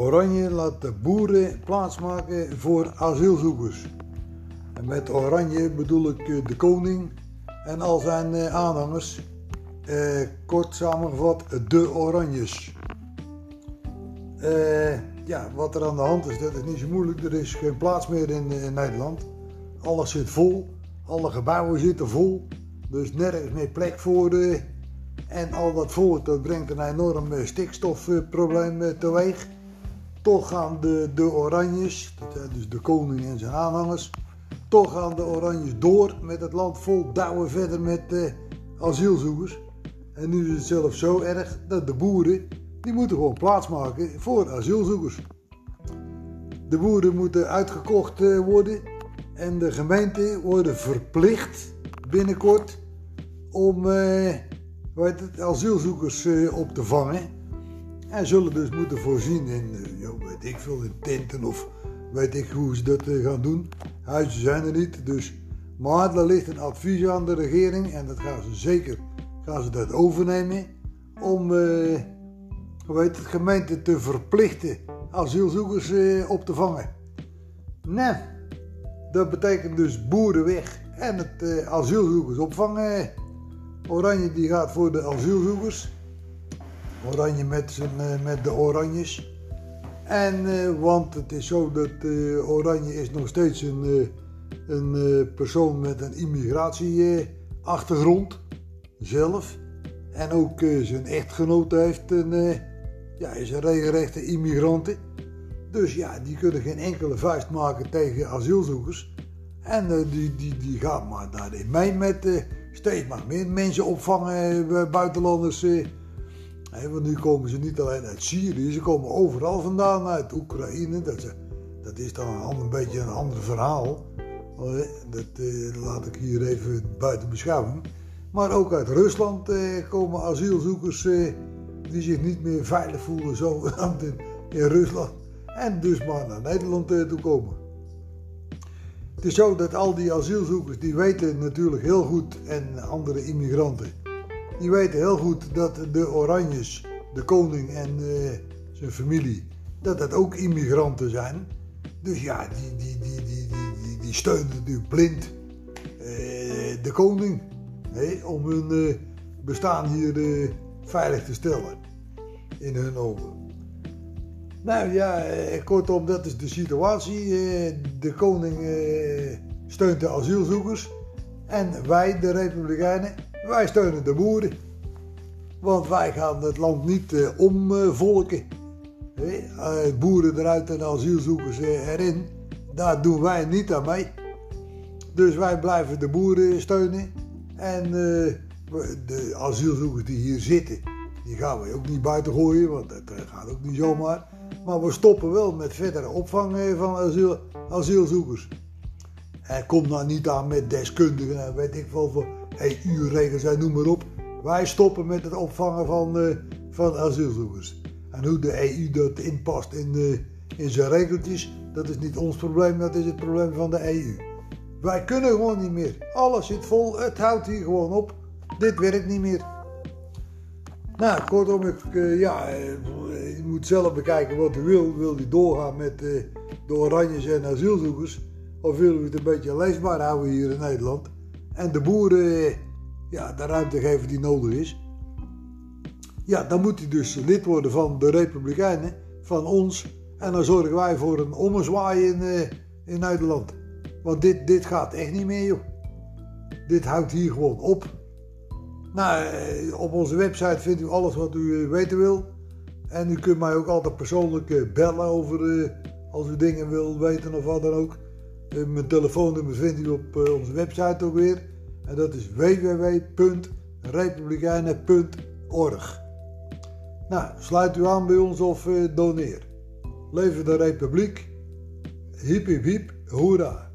Oranje laat de boeren plaatsmaken voor asielzoekers. En met Oranje bedoel ik de koning en al zijn aanhangers. Kort samengevat, de Oranjes. Wat er aan de hand is, dat is niet zo moeilijk. Er is geen plaats meer in Nederland. Alles zit vol. Alle gebouwen zitten vol. Dus nergens meer plek voor. En al dat volk, dat brengt een enorm stikstofprobleem teweeg. Toch gaan de Oranjes, dat zijn dus de koning en zijn aanhangers, toch gaan de Oranjes door met het land vol, douwen verder met asielzoekers. En nu is het zelfs zo erg dat de boeren, die moeten gewoon plaatsmaken voor asielzoekers. De boeren moeten uitgekocht worden en de gemeenten worden verplicht binnenkort om asielzoekers op te vangen. En zullen dus moeten voorzien in, in tenten of weet ik hoe ze dat gaan doen. Huizen zijn er niet, dus. Maar er ligt een advies aan de regering en dat gaan ze dat overnemen. Om, gemeenten te verplichten asielzoekers op te vangen. Nou, dat betekent dus boeren weg en het asielzoekers opvangen. Oranje die gaat voor de asielzoekers. Oranje met de Oranjes. En want het is zo dat Oranje is nog steeds een persoon met een immigratieachtergrond zelf. En ook zijn echtgenote heeft is een regelrechte immigranten. Dus ja, die kunnen geen enkele vuist maken tegen asielzoekers. En die gaan maar daarin mee met steeds maar meer mensen opvangen, buitenlanders. Want nu komen ze niet alleen uit Syrië, ze komen overal vandaan, uit Oekraïne. Dat is dan een beetje een ander verhaal. Dat laat ik hier even buiten beschouwing. Maar ook uit Rusland komen asielzoekers die zich niet meer veilig voelen zo in Rusland. En dus maar naar Nederland toe komen. Het is zo dat al die asielzoekers, die weten natuurlijk heel goed, en andere immigranten, die weten heel goed dat de Oranjes, de koning en zijn familie, dat ook immigranten zijn. Dus ja, die steunen natuurlijk blind de koning om hun bestaan hier veilig te stellen in hun ogen. Nou ja, kortom, dat is de situatie. De koning steunt de asielzoekers en wij, de Republikeinen, wij steunen de boeren. Want wij gaan het land niet omvolken. Boeren eruit en asielzoekers erin. Daar doen wij niet aan mee. Dus wij blijven de boeren steunen. En de asielzoekers die hier zitten, die gaan we ook niet buiten gooien. Want dat gaat ook niet zomaar. Maar we stoppen wel met verdere opvang van asielzoekers. En kom nou niet aan met deskundigen en weet ik veel voor EU-regels en noem maar op. Wij stoppen met het opvangen van asielzoekers. En hoe de EU dat inpast in zijn regeltjes, dat is niet ons probleem, dat is het probleem van de EU. Wij kunnen gewoon niet meer. Alles zit vol, het houdt hier gewoon op. Dit werkt niet meer. Nou, kortom, je moet zelf bekijken wat u wil. Wil u doorgaan met de Oranjes en asielzoekers? Of wil u het een beetje leefbaar houden hier in Nederland? En de boeren de ruimte geven die nodig is. Ja, dan moet hij dus lid worden van de Republikeinen, van ons. En dan zorgen wij voor een ommezwaai in Nederland. Want dit gaat echt niet meer, joh. Dit houdt hier gewoon op. Nou, op onze website vindt u alles wat u weten wil. En u kunt mij ook altijd persoonlijk bellen over als u dingen wil weten of wat dan ook. Mijn telefoonnummer vindt u op onze website ook weer. En dat is www.republikeinen.org. Nou, sluit u aan bij ons of doneer. Leven de Republiek. Hiep hiep hiep, hoera.